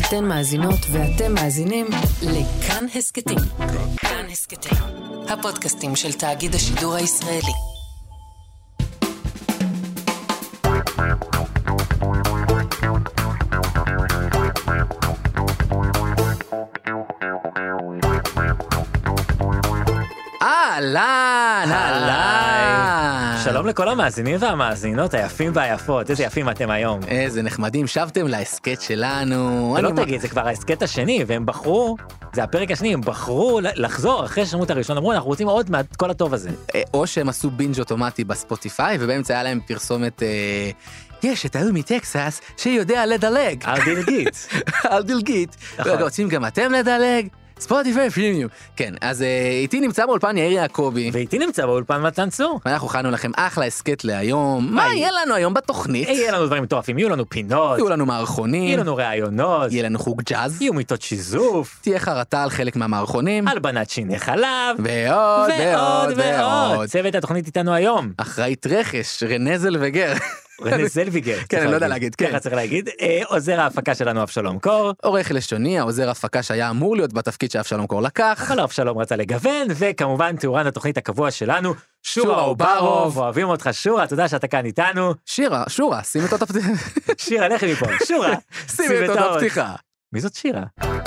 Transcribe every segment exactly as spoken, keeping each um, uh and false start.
אתן מאזינות ואתם מאזינים לכאן הסקטים. כאן הסקטים, הפודקאסטים של תאגיד השידור הישראלי. אהלן, אהלן. שלום לכל המאזינים והמאזינות היפים והיפות, איזה יפים אתם היום. איזה נחמדים, שבתם להסקט שלנו. לא תגיד, זה כבר ההסקט השני, והם בחרו, זה הפרק השני, הם בחרו לחזור אחרי ששמעו את הראשון, אמרו, אנחנו רוצים עוד מהכל הטוב הזה. או שהם עשו בינג' אוטומטי בספוטיפיי, ובאמצע היה להם פרסומת... יש את ההוא מטקסס שיודע לדלג. על דלגית. על דלגית. רוצים גם אתם לדלג? ספוטיפיי פרימיום. כן, אז איתי נמצא באולפן יאיר יעקבי. ואיתי נמצא באולפן מתן צור. ואנחנו הכנו לכם אחלה הסקט להיום. מה יהיה לנו היום בתוכנית? יהיה לנו דברים מטורפים, יהיו לנו פינות. יהיו לנו מערכונים. יהיו לנו ראיונות. יהיה לנו חוג ג'אז. יהיו מיטות שיזוף. תהיה חרטה על חלק מהמערכונים. הלבנת שיני חלב. ועוד ועוד ועוד. צוות התוכנית איתנו היום. אחראית רכש, רנה זלווגר. רנה זלוויגר. כן, אני לא יודע להגיד, כן. ככה צריך להגיד. עוזר ההפקה שלנו אבשלום קור. עורך לשוני, העוזר ההפקה שהיה אמור להיות בתפקיד שאבשלום קור לקח. אבל אבשלום רצה לגוון, וכמובן תאורן התוכנית הקבוע שלנו, שורה אוברוב. אוהבים אותך שורה, תודה שאתה כאן איתנו. שירה, שורה, שים את אותו פתיחה. שירה, לכי מפה, שורה. שים את אותו פתיחה. מי זאת שירה?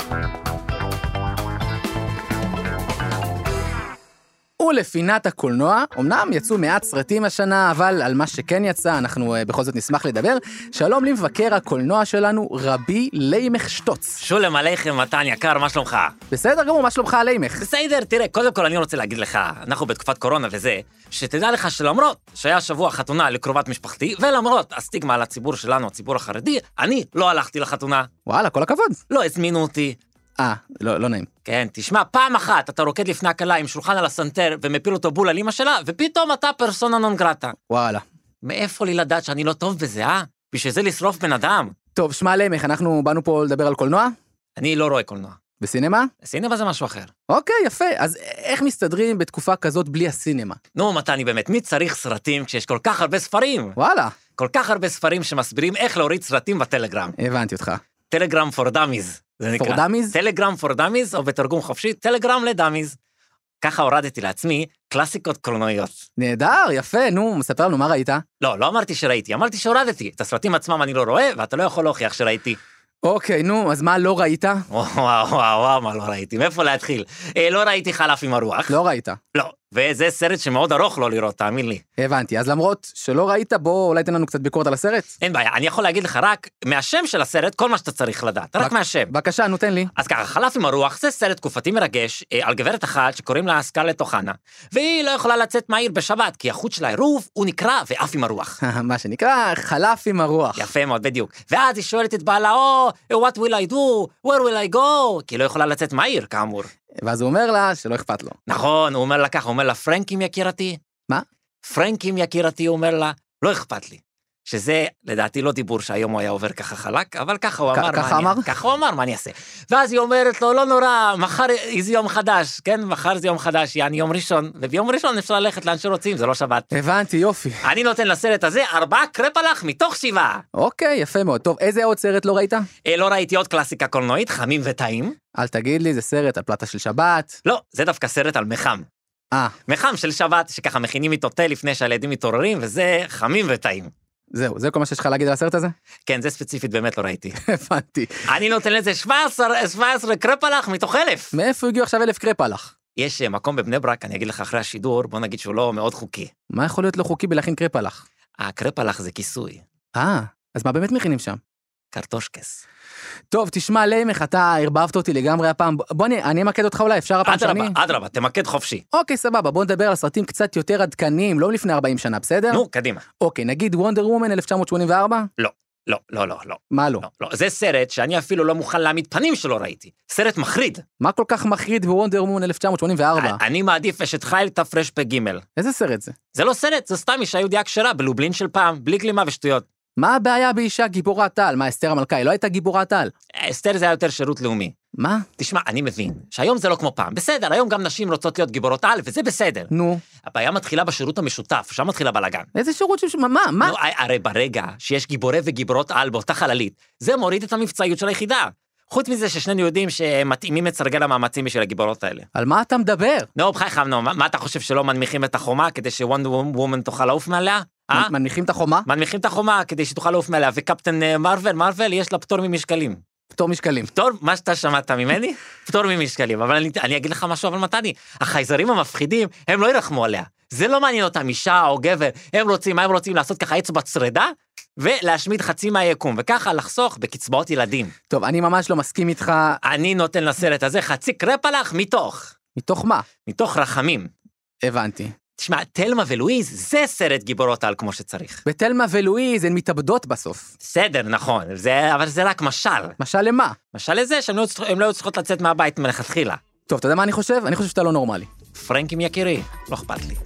ולפינת הקולנוע, אמנם יצאו מעט סרטים השנה, אבל על מה שכן יצא, אנחנו uh, בכל זאת נשמח לדבר. שלום למבקר הקולנוע שלנו, רבי לימך שטוץ. שולם עליכם, מתן יקר, מה שלומך? בסדר גמור, מה שלומך לימך? בסדר, תראה, קודם כל אני רוצה להגיד לך, אנחנו בתקופת קורונה וזה, שתדע לך שלמרות שהיה שבוע חתונה לקרובת משפחתי, ולמרות הסטיגמה על הציבור שלנו, הציבור החרדי, אני לא הלכתי לחתונה. וואלה, כל הכבוד. לא הזמינו אותי. אה, לא, לא נעים. כן, תשמע, פעם אחת אתה רוקד לפני הקלה עם שולחן על הסנטר ומפיל אותו בול על אמא שלה, ופתאום אתה פרסונה נון גרטה. וואלה. מאיפה לי לדעת שאני לא טוב בזה, אה? בשביל זה לשרוף בן אדם. טוב, שמע לימך, אנחנו באנו פה לדבר על קולנוע? אני לא רואה קולנוע. בסינמה? סינמה זה משהו אחר. אוקיי, יפה. אז איך מסתדרים בתקופה כזאת בלי הסינמה? נו, מתני, באמת, מי צריך סרטים כשיש כל כך הרבה ספרים? וואלה. כל כך הרבה ספרים שמסבירים איך להוריד סרטים בטלגרם. הבנתי אותך. טלגרם פור דאמיז. זה נקרא. פור דאמיז? טלגרם פור דאמיז, או בתרגום חופשי, טלגרם לדאמיז. ככה הורדתי לעצמי קלאסיקות קולנועיות. נהדר, יפה, נו, מספר לנו מה ראית? לא, לא אמרתי שראיתי, אמרתי שהורדתי. את הסרטים עצמם אני לא רואה, ואתה לא יכול להוכיח שראיתי. אוקיי, נו, אז מה לא ראית? וואו, וואו, וואו, מה לא ראיתי? מאיפה להתחיל? אה, לא ראיתי חלף עם הרוח. לא ראית. לא, וזה סרט שמאוד ארוך לא לראות, תאמין לי. הבנתי, אז למרות שלא ראית, בוא אולי תן לנו קצת ביקורת על הסרט? אין בעיה, אני יכול להגיד לך רק מהשם של הסרט, כל מה שאתה צריך לדעת, רק מהשם. בבקשה, נותן לי. אז ככה, חלף עם הרוח זה סרט תקופתי מרגש אה, על גברת אחת שקוראים לה סקרלט אוחנה, והיא לא יכולה לצאת מהעיר בשבת, כי החוט של העירוב הוא נקרע ועף עם הרוח. מה שנקרא, חלף עם הרוח. יפה מאוד, בדיוק. ואז היא שואלת את בעלה, או, oh, what will I do? where will I go? כי היא לא יכולה לצאת מהעיר, כאמור. ואז הוא אומר לה שלא אכפת לו. נכון, הוא אומר לה ככה, הוא אומר לה, פרנקים יקירתי? מה? פרנקים יקירתי, הוא אומר לה, לא אכפת לי. שזה, לדעתי, לא דיבור שהיום הוא היה עובר ככה חלק, אבל ככה הוא אמר. ככה אמר? ככה הוא אמר, מה אני אעשה? ואז היא אומרת לו, לא נורא, מחר זה יום חדש, כן? מחר זה יום חדש, יעני יום ראשון, וביום ראשון אפשר ללכת לאן שרוצים, זה לא שבת. הבנתי, יופי. אני נותן לסרט הזה ארבעה קרפלח מתוך שבעה. אוקיי, יפה מאוד. טוב, איזה עוד סרט לא ראית? אה, לא ראיתי עוד קלאסיקה קולנועית, חמים וטעים. אל תגיד לי, זה סרט על פלטה של שבת. לא, זה דווקא סרט על מחם. אה. מחם של שבת, שככה מכינים איתו תה לפני שהילדים מתעוררים, וזה חמים וטעים. זהו, זה כל מה שיש לך להגיד על הסרט הזה? כן, זה ספציפית באמת לא ראיתי. הבנתי. אני נותן לזה שבע עשרה קרפלח מתוך אלף. מאיפה הגיעו עכשיו אלף קרפלח? יש מקום בבני ברק, אני אגיד לך אחרי השידור, בוא נגיד שהוא לא מאוד חוקי. מה יכול להיות לא חוקי בלהכין קרפלח? הקרפלח זה כיסוי. אה, אז מה באמת מכינים שם? קרטושקס. טוב, תשמע, לימך, אתה הרבבת אותי לגמרי הפעם. בוא אני, אני אמקד אותך אולי, אפשר הפעם שאני? אדרבה, אדרבה, תמקד חופשי. אוקיי, סבבה, בוא נדבר על סרטים קצת יותר עדכניים, לא לפני ארבעים שנה, בסדר? נו, קדימה. אוקיי, נגיד וונדר וומן אלף תשע מאות שמונים וארבע? לא, לא, לא, לא, לא. מה לא? לא, לא. זה סרט שאני אפילו לא מוכן להעמיד פנים שלא ראיתי. סרט מחריד. מה כל כך מחריד בוונדר וומן אלף תשע מאות שמונים וארבע? אני מעדיף אשת חיל תפרש פגימל. איזה סרט זה? זה לא סרט, זה סתם אישה יהודיה כשרה, בלובלין של פעם, בלי גלימה ושטויות. מה הבעיה באישה גיבורת על? מה, אסתר המלכה, היא לא הייתה גיבורת על? אסתר זה היה יותר שירות לאומי. מה? תשמע, אני מבין שהיום זה לא כמו פעם. בסדר, היום גם נשים רוצות להיות גיבורות על, וזה בסדר. נו. הבעיה מתחילה בשירות המשותף, שם מתחילה בלגן. איזה שירות של... מה? מה? נו, הרי ברגע שיש גיבורי וגיבורות על באותה חללית, זה מוריד את המבצעיות של היחידה. חוץ מזה ששנינו יודעים שמתאימים את סרגל המאמצים בשביל הגיבורות האלה. על מה אתה מדבר? נו, בחייך, נו, מה אתה חושב שלא מנמיכים את החומה כדי שוונדר וומן תוכל לעוף מעליה? אה? מנמיכים את החומה? מנמיכים את החומה כדי שתוכל לעוף מעליה, וקפטן מרוול, מרוול, יש לה פטור ממשקלים. פטור משקלים. פטור, מה שאתה שמעת ממני? פטור ממשקלים. אבל אני, אני אגיד לך משהו, אבל מתני, החייזרים המפחידים, הם לא ירחמו עליה. זה לא מעניין אותם, אישה או גבר. הם רוצים, מה הם רוצים לעשות ככה אצבע צרדה, ולהשמיד חצי מהיקום, וככה לחסוך בקצבאות ילדים. טוב, אני ממש לא מסכים איתך. אני נותן לסרט הזה חצי קרפלח מתוך. מתוך מה? מתוך רחמים. הבנתי. תשמע, תלמה ולואיז, זה סרט גיבורות על כמו שצריך. בתלמה ולואיז הן מתאבדות בסוף. בסדר, נכון, זה, אבל זה רק משל. משל למה? משל לזה שהן לא, לא היו צריכות לצאת מהבית מלכתחילה. טוב, אתה יודע מה אני חושב? אני חושב שאתה לא נורמלי. פרנקים יקירי, לא אכפת לי.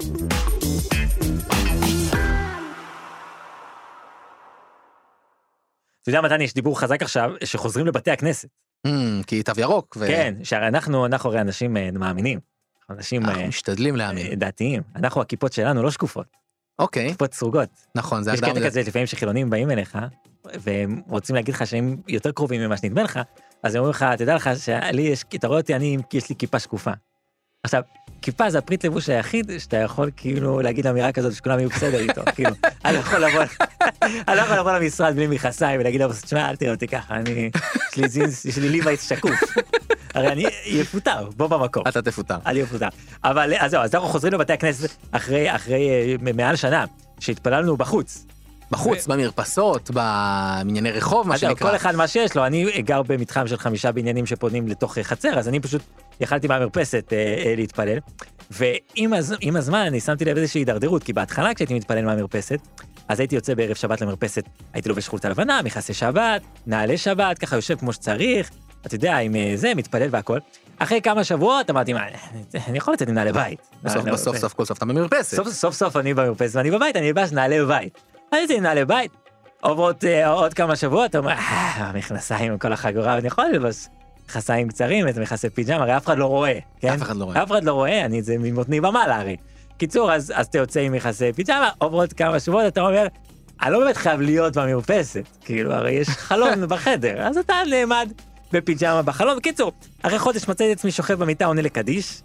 אתה יודע, מתני, יש דיבור חזק עכשיו שחוזרים לבתי הכנסת. כי תו ירוק. כן, שהרי אנחנו, אנחנו הרי אנשים מאמינים. אנשים משתדלים להאמין. דתיים. אנחנו, הכיפות שלנו לא שקופות. אוקיי. כיפות סרוגות. נכון, זה יש קטע כזה לפעמים שחילונים באים אליך, והם רוצים להגיד לך שהם יותר קרובים ממה שנדמה לך, אז הם אומרים לך, תדע לך שלי יש, אתה רואה אותי, אני, יש לי כיפה שקופה. עכשיו, כיפה זה הפריט לבוש היחיד, שאתה יכול כאילו להגיד אמירה כזאת שכולם יהיו בסדר איתו, כאילו, אני לא יכול לבוא, אני לא יכול לבוא למשרד בלי מכסיים ולהגיד לו, תשמע, אל תראה אותי ככה, אני, יש לי זינס, יש לי ליבייט שקוף. הרי אני יפוטר, בוא במקום. אתה תפוטר. אני יפוטר. אבל, אז זהו, אז אנחנו חוזרים לבתי הכנסת אחרי, אחרי מעל שנה, שהתפללנו בחוץ. בחוץ, במרפסות, במנייני רחוב, מה שנקרא. כל אחד מה שיש לו, אני גר במתחם של חמישה בניינים שפונים לתוך חצר, אז אני פשוט יכלתי מהמרפסת להתפלל, ועם הזמן אני שמתי לב איזושהי הידרדרות, כי בהתחלה כשהייתי מתפלל מהמרפסת, אז הייתי יוצא בערב שבת למרפסת, הייתי לובש חולצה לבנה, מכסה שבת, נעלי שבת, ככה יושב כמו שצריך, אתה יודע, עם זה, מתפלל והכל. אחרי כמה שבועות אמרתי, מה, אני יכול לצאת עם נעלי בית. בסוף, בסוף, סוף, כל סוף אתה במרפסת. סוף, סוף, סוף אני במרפסת, ואני בבית, אני לבש נעלי בית. אני יוצא עם נעלי בית, עוברות עוד כמה שבועות, אתה אומר, המכנסיים עם כל החגורה, אני יכול לבש מכנסיים קצרים, את מכסי פיג'מה, הרי אף אחד לא רואה, כן? אף אחד לא רואה. אף אחד לא רואה, אני, זה ממותני ומעלה, הרי. קיצור, אז, אז אתה יוצא עם מכסי פיג'מה, עוברות כמה שבועות, אתה אומר, אני לא באמת חייב להיות במרפסת, כאילו, הרי יש חלון בחדר, אז אתה נעמד בפיג'מה בחלון. בקיצור, אחרי חודש מצאתי את עצמי שוכב במיטה, עונה לקדיש.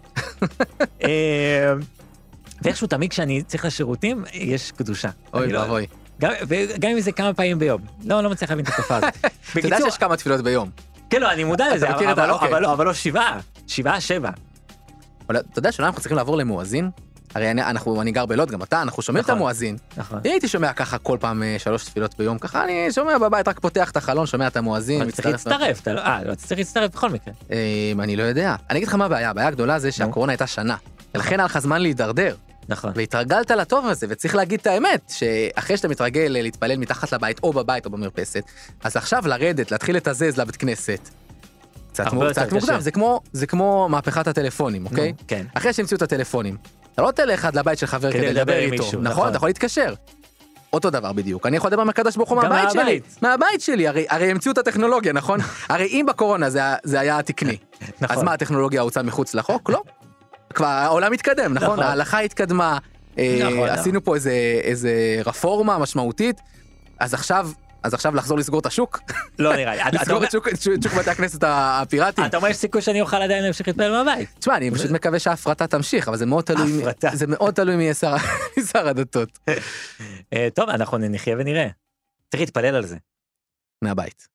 ואיכשהו תמיד כשאני צריך לשירותים, יש קדושה. אוי ואבוי. וגם אם זה כמה פעמים ביום. לא, לא מצליח להבין את התופעה הזאת. אתה יודע שיש כמה תפילות ביום. כן, לא, אני מודע לזה, אבל לא שבעה. שבעה, שבע. אתה יודע שאולי אנחנו צריכים לעבור למואזין? הרי אני גר בלוד, גם אתה, אנחנו שומעים את המואזין. הייתי שומע ככה כל פעם שלוש תפילות ביום, ככה אני שומע בבית, רק פותח את החלון, שומע את המואזין. אבל צריך להצטרף, אה, לא, צריך להצטרף בכל מקרה. אני לא יודע. אני אגיד לך מה הבעיה, הבעיה הגדולה זה שהקורונה הייתה שנה. ולכן היה לך זמן להידרדר. נכון. והתרגלת לטוב הזה, וצריך להגיד את האמת, שאחרי שאתה מתרגל להתפלל מתחת לבית, או בבית או במרפסת, אז עכשיו לרדת, להתחיל לתזז לבית כנסת, קצת מוקדם, זה כמו, זה כמו מהפכת הטלפונים, אוקיי? כן. אחרי שהמציאו את הטלפונים, אתה לא תלך עד לבית של חבר כדי לדבר איתו, נכון? אתה יכול להתקשר. אותו דבר בדיוק. אני יכול לדבר מהקדוש ברוך הוא מהבית שלי. מהבית שלי, הרי המציאו את הטכנולוגיה, נכון? הרי אם בקורונה זה היה תקני, אז מה, הטכנולוגיה הוצאה מחוץ לחוק? לא. כבר העולם התקדם, נכון? ההלכה התקדמה, עשינו פה איזה רפורמה משמעותית, אז עכשיו... אז עכשיו לחזור לסגור את השוק? לא נראה לי. לסגור את שוק בתי הכנסת הפיראטיים. אתה אומר שסיכוי שאני אוכל עדיין להמשיך להתפלל מהבית. תשמע, אני פשוט מקווה שההפרטה תמשיך, אבל זה מאוד תלוי, זה מאוד תלוי מי יהיה שר הדתות. טוב, אנחנו נחיה ונראה. צריך להתפלל על זה. מהבית.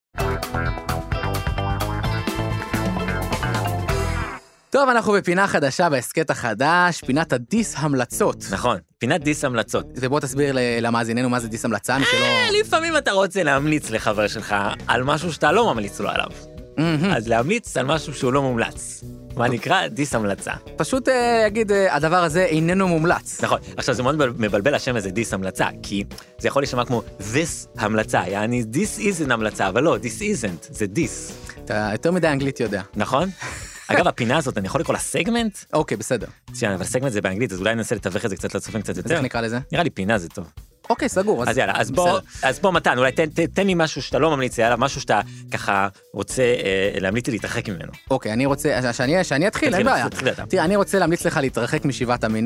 טוב, אנחנו בפינה חדשה בהסקט החדש, פינת הדיס המלצות. נכון, פינת דיס המלצות. ובוא תסביר למאזיננו מה זה דיס המלצה, מי שלא... לפעמים אתה רוצה להמליץ לחבר שלך על משהו שאתה לא ממליץ לו עליו. אז להמליץ על משהו שהוא לא מומלץ. מה נקרא? דיס המלצה. פשוט להגיד, הדבר הזה איננו מומלץ. נכון, עכשיו זה מאוד מבלבל השם הזה דיס המלצה, כי זה יכול להישמע כמו this המלצה, יעני this isn't המלצה, אבל לא, this isn't, זה this. אתה יותר מדי אנגלית יודע. נכון? אגב, הפינה הזאת, אני יכול לקרוא לה סגמנט? אוקיי, בסדר. ציין, אבל סגמנט זה באנגלית, אז אולי ננסה לתווך את זה קצת לצופים קצת יותר. אז איך נקרא לזה? נראה לי פינה זה טוב. אוקיי, סגור. אז יאללה, אז בוא, אז בוא מתן, אולי תן, תן, תן לי משהו שאתה לא ממליץ עליו, משהו שאתה ככה רוצה אה, להמליץ לי להתרחק ממנו. אוקיי, אני רוצה, שאני, שאני אתחיל, אין בעיה. תראה, אני רוצה להמליץ לך להתרחק משבעת המינים.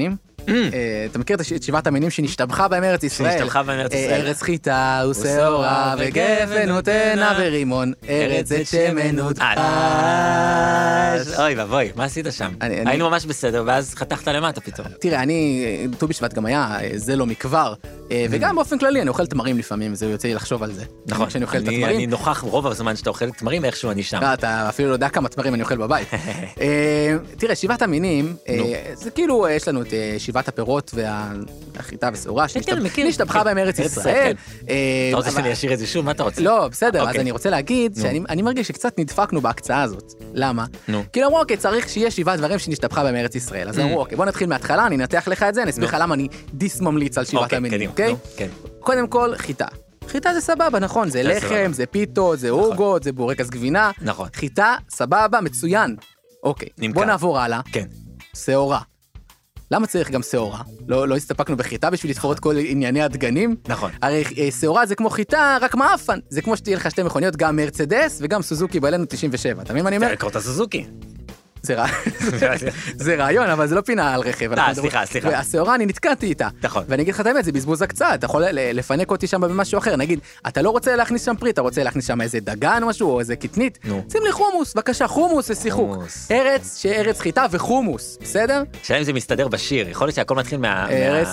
אתה מכיר את שבעת המינים שנשתבחה בהם ארץ ישראל? שנשתבחה בהם ארץ ישראל. ארץ חיטה ושעורה וגפן ותאנה ורימון, ארץ זית שמן ודבש. אוי ואבוי, מה עשית שם? היינו ממש בסדר, ואז חתכת למטה פתאום. תראה, אני, ט"ו בשבט גם היה, זה לא מכבר, וגם באופן כללי אני אוכל תמרים לפעמים, זה יוצא לי לחשוב על זה. נכון, אני נוכח רוב הזמן שאתה אוכל תמרים, איכשהו אני שם. אתה אפילו לא יודע כמה תמרים אני אוכל בבית. תראה, שבעת המינים, זה כאילו, יש לנו את שבעת הפירות והחיטה ושעורה, שנשתבחה בהם ארץ ישראל. אתה רוצה שאני אשאיר את זה שוב? מה אתה רוצה? לא, בסדר, אז אני רוצה להגיד שאני מרגיש שקצת נדפקנו בהקצאה הזאת. למה? כי אמרו, אוקיי, צריך שיהיה שבעה דברים שנשתבחה בהם ארץ ישראל. אז אמרו, אוקיי, בוא נתחיל מההתחלה, אני אנתח לך את זה, אני אסביר לך למה אני דיס ממליץ על שבעת המינים, אוקיי? קודם כל, חיטה. חיטה זה סבבה, נכון, זה לחם, זה פיתות, זה עוגות, זה בורקס גבינה. נכון. חיטה, סבבה, מצוין. אוקיי, בוא נעבור הלאה. כן. שעורה. למה צריך גם שעורה? לא, לא הסתפקנו בחיטה בשביל לתפור את כל ענייני הדגנים? נכון. הרי שעורה זה כמו חיטה, רק מאפן. זה כמו שתהיה לך שתי מכוניות, גם מרצדס וגם סוזוקי בעלינו תשעים ושבע. אתה מבין מה אני אומר? תקרא את הסוזוקי. זה רעיון, אבל זה לא פינה על רכב. אה, סליחה, סליחה. והשעורה, אני נתקעתי איתה. נכון. ואני אגיד לך את האמת, זה בזבוז הקצה, אתה יכול לפנק אותי שם במשהו אחר. נגיד, אתה לא רוצה להכניס שם פרי, אתה רוצה להכניס שם איזה דגן או משהו, או איזה קטנית. שים לי חומוס, בבקשה, חומוס ושיחוק. ארץ, שארץ חיטה וחומוס, בסדר? שאלה אם זה מסתדר בשיר, יכול להיות שהכל מתחיל מהמשקל. ארץ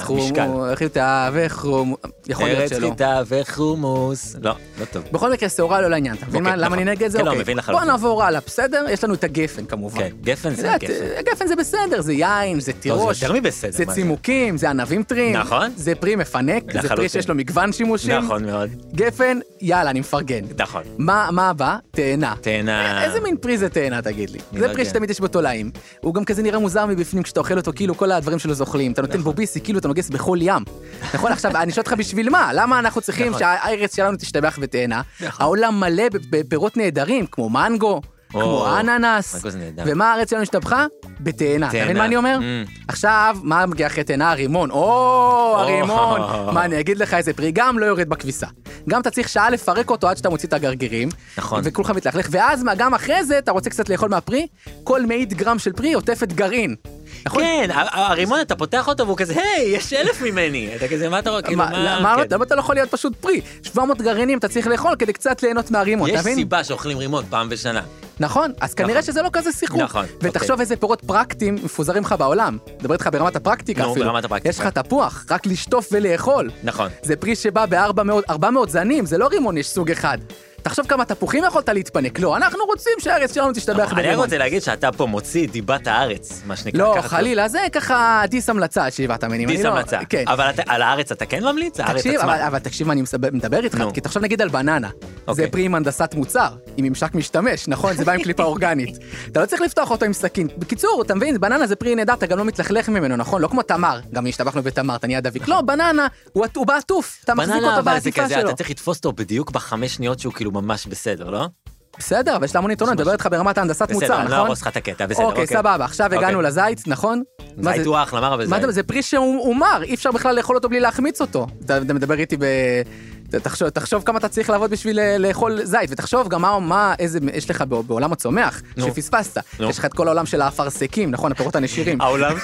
חיטה וחומוס, יכול להיות שלא. ארץ חיטה וחומוס, לא, לא טוב. בכל מקרה, שעורה לא לעניין, אתה מבין למה אני נגד זה? כן, לא, מבין לחלוטין. בוא נעבור הלאה, בסדר? יש לנו את הגפן, כמובן. כן, גפן זה גפן. גפן זה בסדר, זה יין, זה תירוש, זה יותר מבסדר, זה צימוקים, זה ענבים טריים, נכון. זה פרי מפנק, זה פרי שיש לו מגוון שימושים. נכון מאוד. גפן, יאללה, אני מפרגן. נכון. מה הבא? תאנה. תאנה. איזה מין פרי זה תאנה, תגיד לי? זה פרי שתמיד יש בו תולעים. הוא גם כזה נראה מוזר מבפנים כשאתה אוכל אותו, כאילו כל הדברים שלו זוכלים. אתה נותן בו ביסי, כאילו אתה נוגס בכל ים. נכון, עכשיו, אני שואל אותך בשביל מה? למה אנחנו צריכים שהארץ שלנו תשתבח בתאנה? העולם מלא בפירות נהדרים, כמו מנגו, כמו אננס, ומה הארץ שלנו השתבחה? בתאנה. אתה מבין מה אני אומר? עכשיו, מה מגיע אחרי תאנה? הרימון. או, הרימון. מה, אני אגיד לך איזה פרי, גם לא יורד בכביסה. גם אתה צריך שעה לפרק אותו עד שאתה מוציא את הגרגירים. נכון. וכולך מתלכלך, ואז גם אחרי זה אתה רוצה קצת לאכול מהפרי, כל מאית גרם של פרי עוטפת גרעין. כן, הרימון אתה פותח אותו והוא כזה, היי, יש אלף ממני. אתה כזה, מה אתה רואה? למה אתה לא יכול להיות פשוט פרי? שבע מאות גרעינים אתה צריך לאכול כדי קצת ליהנות מהרימון, יש סיבה שאוכלים רימון פעם בשנה. נכון, אז כנראה שזה לא כזה שיחוק. נכון. ותחשוב איזה פירות פרקטיים מפוזרים לך בעולם. מדבר איתך ברמת הפרקטיקה אפילו. ברמת הפרקטיקה. יש לך תפוח, רק לשטוף ולאכול. נכון. זה פרי שבא ב-ארבע מאות זנים, זה לא רימון, יש סוג אחד. תחשוב כמה תפוחים יכולת להתפנק. לא, אנחנו רוצים שהארץ שלנו תשתבח ברימון. אני רוצה להגיד שאתה פה מוציא דיבת הארץ, מה שנקרא. לא, חלילה, זה ככה דיס המלצה, שבעת המינים. דיס המלצה. אבל על הארץ אתה כן ממליץ? תקשיב, אבל תקשיב, אני מדבר איתך, כי תחשוב נגיד על בננה. זה פרי עם הנדסת מוצר, עם ממשק משתמש, נכון? זה בא עם קליפה אורגנית. אתה לא צריך לפתוח אותו עם סכין. בקיצור, אתה מבין, בננה זה פרי נהדר, אתה גם לא מתלכלך ממנו, נכון? לא כמו תמר, גם השתבחנו בתמר, אתה נהיה דביק. לא, בננה, הוא בעטוף, אתה מחזיק אותו בעטיפה שלו. אתה צריך לתפוס אותו בדיוק בחמש שניות שהוא כאילו ממש בסדר, לא? בסדר, אבל יש לה המון יתרונות, מדבר איתך ברמת ההנדסת מוצר, נכון? בסדר, אני לא ארוס לך את הקטע, בסדר, אוקיי. אוקיי, סבבה, עכשיו הגענו לזית, נכון? זית הוא אחלה, מה רע בזית? זה פרי שהוא מר, אי אפשר בכלל לאכול אותו בלי להחמיץ אותו. אתה מדבר איתי ב... תחשוב, תחשוב כמה אתה צריך לעבוד בשביל לאכול זית, ותחשוב גם מה, מה, איזה, יש לך בעולם הצומח, שפספסת. יש לך את כל העולם של האפרסקים, נכון? הפירות הנשירים. העולם?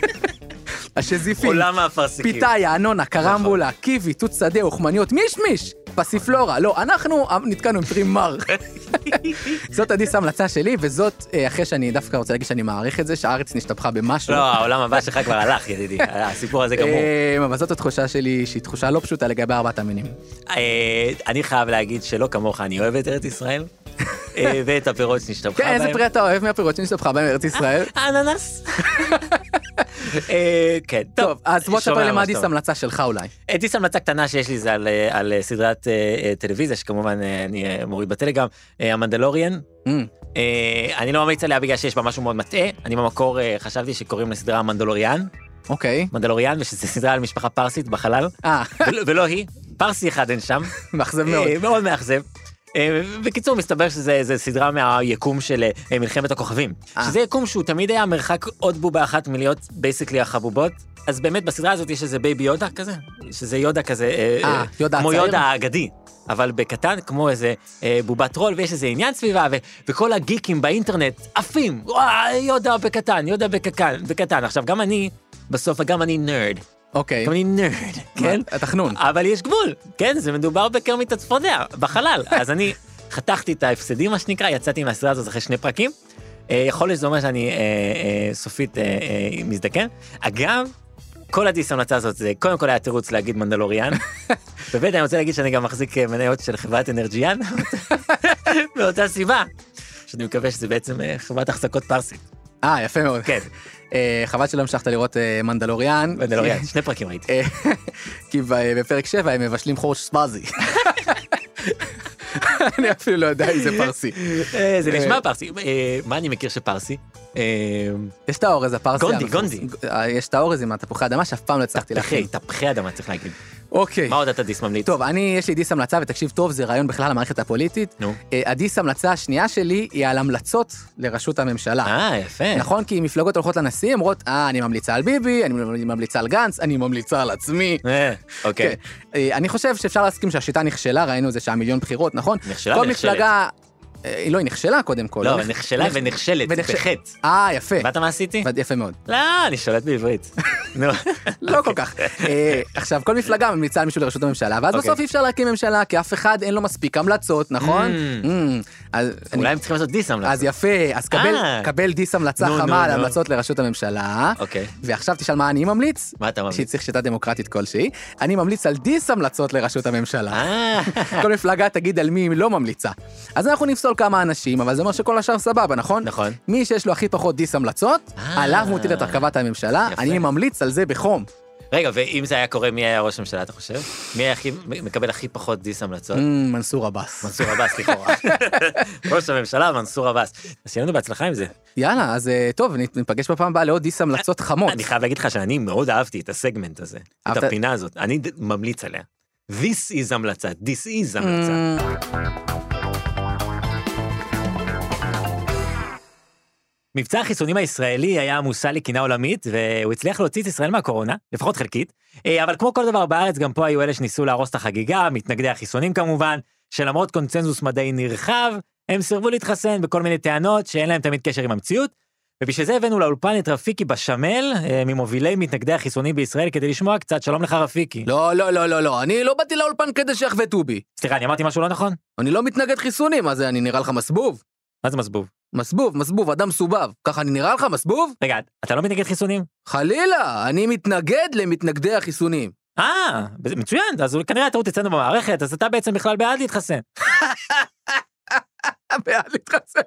השזיפים. עולם האפרסקים. פיתאיה, אנונה, קרמבולה, קיבי, תות שדה, אוכמניות, מישמיש, פסיפלורה. לא, אנחנו נתקענו עם פרי מר. זאת הדיס המלצה שלי, וזאת אחרי שאני דווקא רוצה להגיד שאני מעריך את זה, שהארץ נשתבחה במשהו. לא, העולם הבא שלך כבר הלך, ידידי. הסיפור הזה גמור. אבל זאת התחושה שלי, שהיא תחושה לא פשוטה לגבי ארבעת המינים. אני חייב להגיד שלא כמוך, אני אוהב את ארץ ישראל, ואת הפירות שנשתבחה בהם. כן, איזה פרי אתה אוהב מהפירות שנשתבחה בהם ארץ ישראל? אננס. כן, טוב, אז בוא תספר לי מה דיס המלצה שלך אולי. דיס המלצה קטנה שיש לי זה על סדרת טלוויזיה, שכמובן אני מוריד בטלגרם, המנדלוריאן. אני לא ממליץ עליה בגלל שיש בה משהו מאוד מטעה, אני במקור חשבתי שקוראים לסדרה מנדלוריאן. אוקיי. מנדלוריאן, ושזו סדרה על משפחה פרסית בחלל, ולא היא, פרסי אחד אין שם. מאכזב מאוד. מאוד מאכזב. בקיצור, מסתבר שזה סדרה מהיקום של מלחמת הכוכבים. שזה יקום שהוא תמיד היה מרחק עוד בובה אחת מלהיות בייסיקלי החבובות. אז באמת בסדרה הזאת יש איזה בייבי יודה כזה, שזה יודה כזה, כמו יודה האגדי. אבל בקטן, כמו איזה בובת רול, ויש איזה עניין סביבה, וכל הגיקים באינטרנט עפים, יודה בקטן, יודה בקטן. עכשיו, גם אני בסוף גם אני נרד. אוקיי. גם אני נרד, כן? התחנון. אבל יש גבול, כן? זה מדובר בקרמית הצפרדע, בחלל. אז אני חתכתי את ההפסדים, מה שנקרא, יצאתי מהסדרה הזאת אחרי שני פרקים. יכול להיות שזה אומר שאני סופית מזדקן. אגב, כל הדיס המלצה הזאת זה קודם כל היה תירוץ להגיד מנדלוריאן. ובית אני רוצה להגיד שאני גם מחזיק מניות של חברת אנרג'יאן. באותה סיבה. שאני מקווה שזה בעצם חברת החזקות פרסית. אה, יפה מאוד. כן. חבל שלא המשכת לראות מנדלוריאן. מנדלוריאן, שני פרקים ראיתי. כי בפרק שבע הם מבשלים חורש ספאזי. אני אפילו לא יודע אם זה פרסי. זה נשמע פרסי. מה אני מכיר שפרסי? יש את האורז הפרסי. גונדי, גונדי. יש את האורז עם התפוחי אדמה שאף פעם לא הצלחתי להכין. תפוחי אדמה צריך להגיד. אוקיי. מה עוד אתה דיס ממליץ? טוב, אני, יש לי דיס המלצה, ותקשיב טוב, זה רעיון בכלל למערכת הפוליטית. נו. הדיס המלצה השנייה שלי היא על המלצות לראשות הממשלה. אה, יפה. נכון, כי מפלגות הולכות לנשיא, אומרות, אה, אני ממליצה על ביבי, אני ממליצה על גנץ, אני ממליצה על עצמי. אה, אוקיי. אני חושב שאפשר להסכים שהשיטה נכשלה, ראינו זה שהיה מיליון בחירות, נכון? נכשלה כל מפלגה... לא, היא נכשלה קודם כל. לא, נכשלה ונכשלת, בחטא. אה, יפה. ואתה מה עשיתי? יפה מאוד. לא, אני שולט בעברית. לא כל כך. עכשיו, כל מפלגה ממליצה על מישהו לראשות הממשלה, ואז בסוף אי אפשר להקים ממשלה, כי אף אחד אין לו מספיק המלצות, נכון? אולי הם צריכים לעשות דיס המלצות. אז יפה, אז קבל דיס המלצה חמה על המלצות לראשות הממשלה, ועכשיו תשאל מה אני ממליץ? מה אתה ממליץ? שצריך שיטה דמוקרטית כלשהי. אני ממליץ על דיס המלצות לראשות הממשלה. כל מפלגה תגיד על מי היא לא ממליצה. אז אנחנו נפסול כמה אנשים, אבל זה אומר שכל השאר סבבה, נכון? נכון. מי שיש לו הכי פחות דיס המלצות, עליו מוטיל את הרכבת הממשלה, אני ממליץ על זה בחום. רגע, ואם זה היה קורה, מי היה ראש הממשלה, אתה חושב? מי היה מקבל הכי פחות דיס המלצות? מנסור עבאס. מנסור עבאס, לכאורה. ראש הממשלה, מנסור עבאס. אז שיהיה לנו בהצלחה עם זה. יאללה, אז טוב, נתפגש בפעם הבאה לעוד דיס המלצות חמות. אני חייב להגיד לך שאני מאוד אהבתי את הסגמנט הזה, את הפינה הזאת. אני ממליץ עליה. This is המלצה, this is המלצה. מבצע החיסונים הישראלי היה מושא לקנאה עולמית, והוא הצליח להוציא את ישראל מהקורונה, לפחות חלקית, אבל כמו כל דבר בארץ, גם פה היו אלה שניסו להרוס את החגיגה, מתנגדי החיסונים כמובן, שלמרות קונצנזוס מדעי נרחב, הם סירבו להתחסן בכל מיני טענות שאין להם תמיד קשר עם המציאות, ובשביל זה הבאנו לאולפן את רפיקי בשמל, ממובילי מתנגדי החיסונים בישראל, כדי לשמוע קצת. שלום לך רפיקי. לא, לא, לא, לא, לא, אני לא באתי לאולפן כדי שיחבטו בי. סליחה, אני אמרתי משהו לא נכון? אני לא מתנגד חיסונים, אז אני נראה לך מסבוב? מה זה מסבוב? מסבוב, מסבוב, אדם סובב. ככה אני נראה לך מסבוב? רגע, אתה לא מתנגד חיסונים? חלילה, אני מתנגד למתנגדי החיסונים. אה, מצוין, אז כנראה אתה תצאנו במערכת, אז אתה בעצם בכלל בעד להתחסן. בעד להתחסן.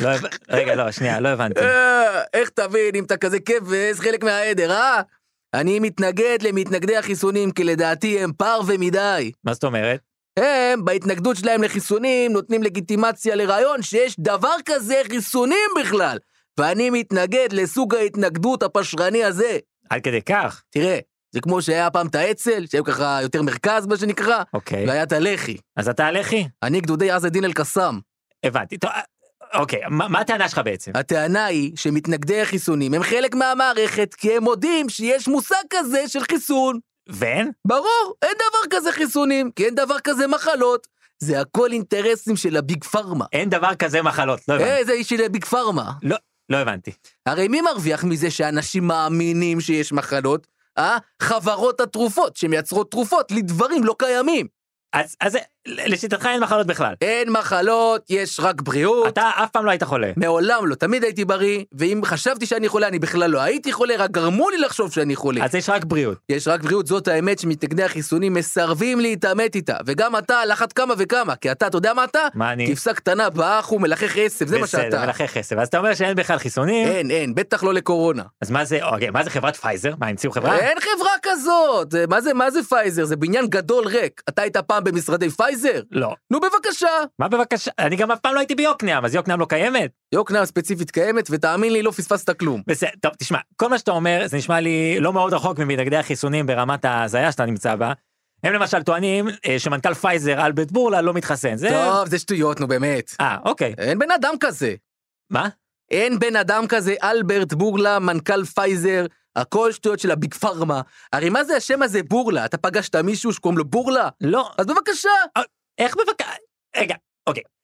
רגע, לא, שנייה, לא הבנתי. איך תבין אם אתה כזה כבש חלק מהעדר, אה? אני מתנגד למתנגדי החיסונים, כי לדעתי הם פר ומדי. מה זאת אומרת? הם, בהתנגדות שלהם לחיסונים, נותנים לגיטימציה לרעיון שיש דבר כזה חיסונים בכלל. ואני מתנגד לסוג ההתנגדות הפשרני הזה. עד כדי כך? תראה, זה כמו שהיה פעם את האצ"ל, שהיו ככה יותר מרכז, מה שנקרא. אוקיי. והיה את הלח"י. אז אתה הלח"י? אני גדודי עז א-דין אל-קסאם. הבנתי, טוב, אוקיי, מה, מה הטענה שלך בעצם? הטענה היא שמתנגדי החיסונים הם חלק מהמערכת, כי הם מודים שיש מושג כזה של חיסון. ואין? ברור, אין דבר כזה חיסונים, כי אין דבר כזה מחלות. זה הכל אינטרסים של הביג פארמה. אין דבר כזה מחלות, לא הבנתי. אה, זה איש של הביג פארמה. לא, לא הבנתי. הרי מי מרוויח מזה שאנשים מאמינים שיש מחלות? אה? חברות התרופות שמייצרות תרופות לדברים לא קיימים. אז, אז לשיטתך אין מחלות בכלל. אין מחלות, יש רק בריאות. אתה אף פעם לא היית חולה. מעולם לא, תמיד הייתי בריא, ואם חשבתי שאני חולה, אני בכלל לא הייתי חולה, רק גרמו לי לחשוב שאני חולה. אז יש רק בריאות. יש רק בריאות, זאת האמת שמתנגדי החיסונים מסרבים להתאמת איתה, וגם אתה לחת כמה וכמה, כי אתה, אתה יודע מה אתה? מה אני? כבשה קטנה באח ומלחך עשב, זה מה שאתה. בסדר, מלחך עשב, אז אתה אומר שאין בכלל חיסונים? אין, אין, בטח לא לקורונה. אז מה זה, אוקיי, מה זה חברת פייזר? מה, המציאו חברה? אין חברה כזאת. מה זה, מה זה פייזר? זה בניין גדול ריק. אתה היית פעם במשרדי פייזר? לא. נו בבקשה. מה בבקשה? אני גם אף פעם לא הייתי ביוקנעם, אז יוקנעם לא קיימת? יוקנעם ספציפית קיימת, ותאמין לי, לא פספסת כלום. בסדר, טוב, תשמע, כל מה שאתה אומר, זה נשמע לי לא מאוד רחוק ממתנגדי החיסונים ברמת ההזיה שאתה נמצא בה. הם למשל טוענים שמנכ"ל פייזר, אלברט בורלה, לא מתחסן. זה... טוב, זה שטויות, נו באמת. אה, אוקיי. אין בן אדם כזה. מה? אין בן אדם כזה, אלברט בורלה, מנכ"ל פייזר, הכל שטויות של הביג פארמה. הרי מה זה השם הזה בורלה? אתה פגשת מישהו שקוראים לו בורלה? לא. אז בבקשה. איך בבקשה? רגע, אוקיי.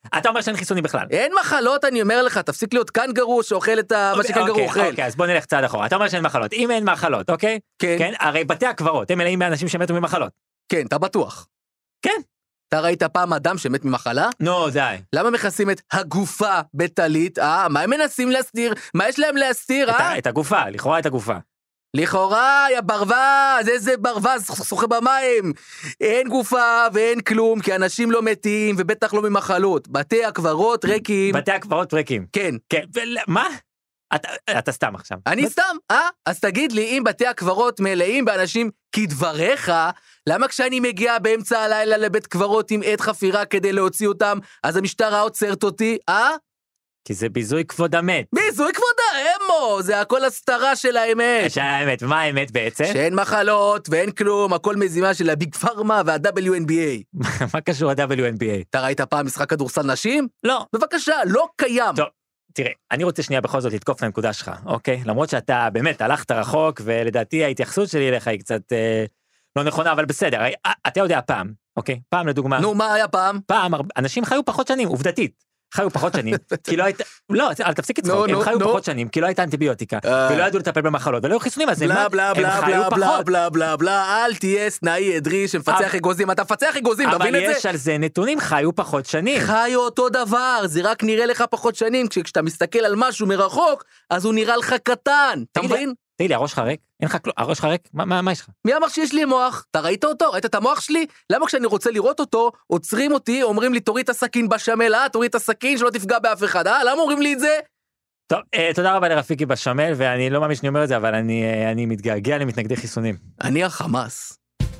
אתה אומר שאין חיסונים בכלל. אין מחלות, אני אומר לך, תפסיק להיות קנגרו שאוכל את מה שקנגרו אוכל. אוקיי, אז בוא נלך צעד אחורה. אתה אומר שאין מחלות. אם אין מחלות, אוקיי? כן. הרי בתי הקברות, הם מלאים באנשים שמתו ממחלות. כן, אתה בטוח. כן. אתה ראית פעם אדם שמת ממחלה? נו, די. למה מכסים את הגופה בטלית? אה, מה הם מנסים להסתיר? מה יש להם להסתיר, אה? את הגופה, לכאורה את הגופה. לכאורה, יא ברווז, איזה ברווז שוחה במים. אין גופה ואין כלום, כי אנשים לא מתים, ובטח לא ממחלות. בתי הקברות ריקים. בתי הקברות ריקים. כן. כן, מה? אתה, אתה סתם עכשיו. אני סתם, אה? אז תגיד לי, אם בתי הקברות מלאים באנשים כדבריך, למה כשאני מגיע באמצע הלילה לבית קברות עם עת חפירה כדי להוציא אותם, אז המשטרה עוצרת אותי, אה? כי זה ביזוי כבוד המת. ביזוי כבוד האמו, זה הכל הסתרה של האמת. של האמת, ומה האמת בעצם? שאין מחלות ואין כלום, הכל מזימה של הביג פארמה וה-דאבליו אן בי איי. מה קשור ה-דאבליו אן בי איי? אתה ראית פעם משחק כדורסל נשים? לא. בבקשה, לא קיים. טוב, תראה, אני רוצה שנייה בכל זאת לתקוף את הנקודה שלך, אוקיי? למרות שאתה באמת הלכת רחוק, ולדעתי ההתייחסות שלי אליך היא קצת אה, לא נכונה, אבל בסדר, אתה יודע פעם, אוקיי? פעם לדוגמה. נו, מה היה פעם? פעם, אנשים חיו פחות שנים, עובדתית. חיו פחות שנים, כי לא הייתה, לא, אל תפסיק לצחוק, הם חיו פחות שנים, כי לא הייתה אנטיביוטיקה, ולא ידעו לטפל במחלות, ולא היו חיסונים, אז הם חיו פחות. בלה בלה בלה, אל תהיה סנאי אדרי שמפצח אגוזים, אתה מפצח אגוזים, תבין את זה? אבל יש על זה נתונים, חיו פחות שנים. חיו אותו דבר, זה רק נראה לך פחות שנים, כשאתה מסתכל על משהו מרחוק, אז הוא נראה לך קטן, אתה מבין? תגיד לי, הראש לך ריק? אין לך כלום, הראש לך ריק? מה, מה יש לך? מי אמר שיש לי מוח? אתה ראית אותו? ראית את המוח שלי? למה כשאני רוצה לראות אותו, עוצרים אותי, אומרים לי, תוריד את הסכין בשמל, אה? תוריד את הסכין שלא תפגע באף אחד, אה? למה אומרים לי את זה? טוב, אה, תודה רבה לרפיקי בשמל, ואני לא מאמין שאני אומר את זה, אבל אני, אה, אני מתגעגע למתנגדי חיסונים. אני החמאס.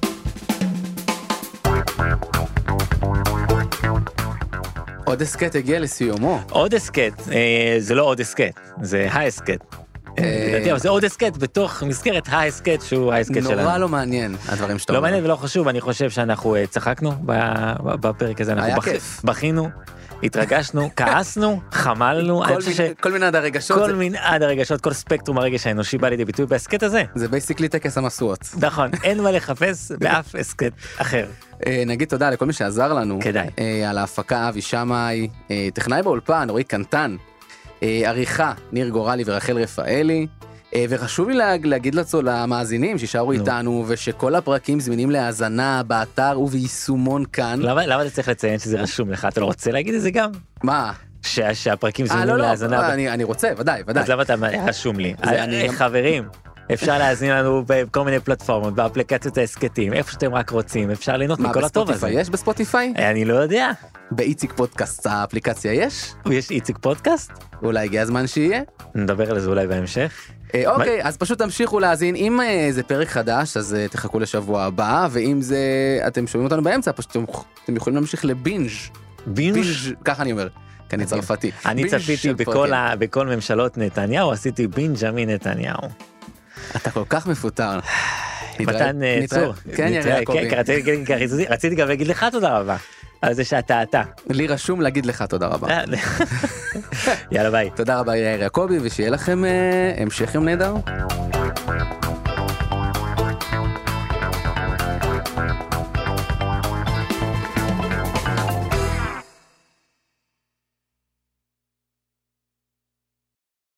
עוד הסקט הגיע לסיומו. עוד הסקט, אה, זה לא עוד הסקט, זה ההסקט. זה עוד הסקט בתוך מסגרת ההסקט שהוא ההסקט שלנו. נורא לא מעניין הדברים שאתה אומר. לא מעניין ולא חשוב, אני חושב שאנחנו צחקנו בפרק הזה, אנחנו בכינו, התרגשנו, כעסנו, חמלנו. כל מנעד הרגשות. כל מנעד הרגשות, כל ספקטרום הרגש האנושי בא לידי ביטוי בהסקט הזה. זה בייסיקלי טקס המשואות. נכון, אין מה לחפש באף הסקט אחר. נגיד תודה לכל מי שעזר לנו. כדאי. על ההפקה אבי שמאי, טכנאי באולפן, רועי קנטן. עריכה, ניר גורלי ורחל רפאלי, וחשוב לי להגיד לצו למאזינים שישארו איתנו, ושכל הפרקים זמינים להאזנה באתר וביישומון כאן. למה אתה צריך לציין שזה רשום לך? אתה לא רוצה להגיד את זה גם? מה? שהפרקים זמינים להאזנה? אני רוצה, ודאי, ודאי. אז למה אתה רשום לי? חברים, אפשר להאזין לנו בכל מיני פלטפורמות, באפליקציות ההסקטים, איפה שאתם רק רוצים, אפשר ליהנות מכל הטוב הזה. מה, בספוטיפיי יש בספוטיפיי? אני לא יודע. באיציק פודקאסט האפליקציה יש? יש איציק פודקאסט? אולי הגיע הזמן שיהיה? נדבר על זה אולי בהמשך. אוקיי, אז פשוט תמשיכו להאזין, אם זה פרק חדש, אז תחכו לשבוע הבא, ואם זה, אתם שומעים אותנו באמצע, פשוט אתם יכולים להמשיך לבינג'. בינג'? ככה אני אומר, כי אני צרפתי. אני צפיתי בכל ממשלות נתניהו, עשיתי בינג'מי נתניהו. אתה כל כך מפוטר. מתן צור. כן, יראה יעקבי. רציתי גם להגיד לך תודה רבה, על זה שאתה אתה. לי רשום להגיד לך תודה רבה. יאללה ביי. תודה רבה יאיר יעקבי, ושיהיה לכם המשך יום נהדר.